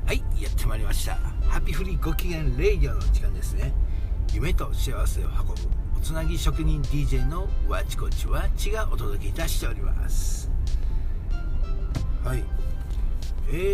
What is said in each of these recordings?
はい、やってまいりました。ハピフリご機嫌レイディオの時間ですね。夢と幸せを運ぶおつなぎ職人 DJ のわちこちわちがお届けいたしております。はい、明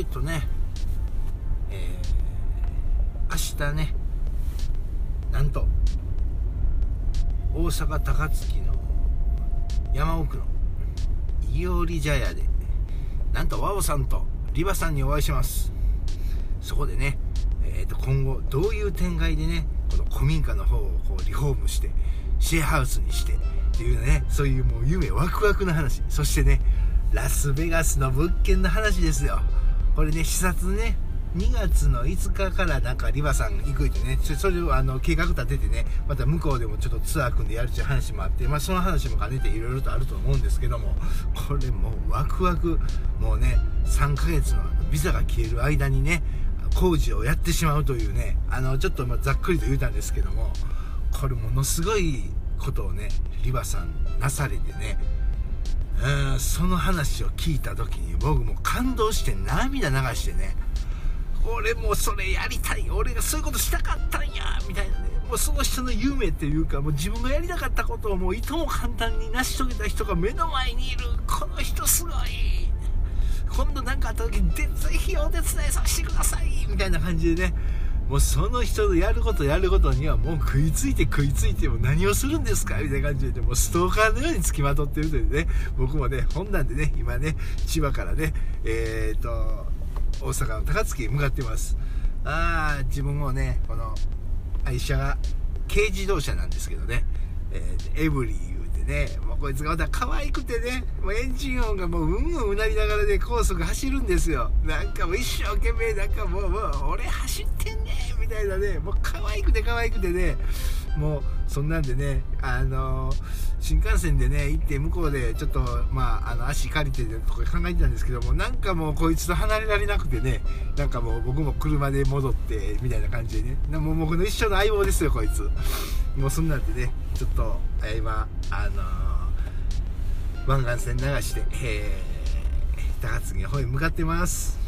日ね、なんと大阪高槻の山奥のいおり茶屋でなんとワオさんとリバさんにお会いします。そこでね、今後どういう展開でね、この古民家の方をこうリフォームしてシェアハウスにしてっていうね、そういうもう夢ワクワクな話、そしてねラスベガスの物件の話ですよ。これね、視察ね、2月の5日からなんかリバさん行くってね、それを計画立ててね、また向こうでもちょっとツアー組んでやるっていう話もあって、その話も兼ねていろいろとあると思うんですけども、これもうワクワク、もうね3ヶ月のビザが消える間にね工事をやってしまうというね、ちょっとざっくりと言うたんですけども、これものすごいことをねリバさんなされてね、その話を聞いた時に僕も感動して涙流してね、俺もそれやりたい、俺がそういうことしたかったんやみたいなね、もうその人の夢っていうか、もう自分がやりたかったことをもういとも簡単に成し遂げた人が目の前にいる、この人すごい、今度何かあった時にぜひお手伝いさせてくださいみたいな感じでね、もうその人のやることにはもう食いついてもう何をするんですかみたいな感じで、もうストーカーのように付きまとってるというね、僕もね本なんでね、今ね千葉からね大阪の高槻へ向かっています。自分もね、この愛車が軽自動車なんですけどね、エブリー言うてね、もうこいつがまた可愛くてね、もうエンジン音がもううなりながらね高速走るんですよ。なんかもう一生懸命、なんかもう俺走ってんねみたいなね、もう可愛くてね、もうそんなんでね、新幹線でね行って向こうでちょっと足借りてとか考えてたんですけども、なんかもうこいつと離れられなくてね、なんかもう僕も車で戻ってみたいな感じでね、もう僕の一生の相棒ですよこいつ。もうそんなんでね、ちょっと今湾岸線流して高槻の方へ向かってます。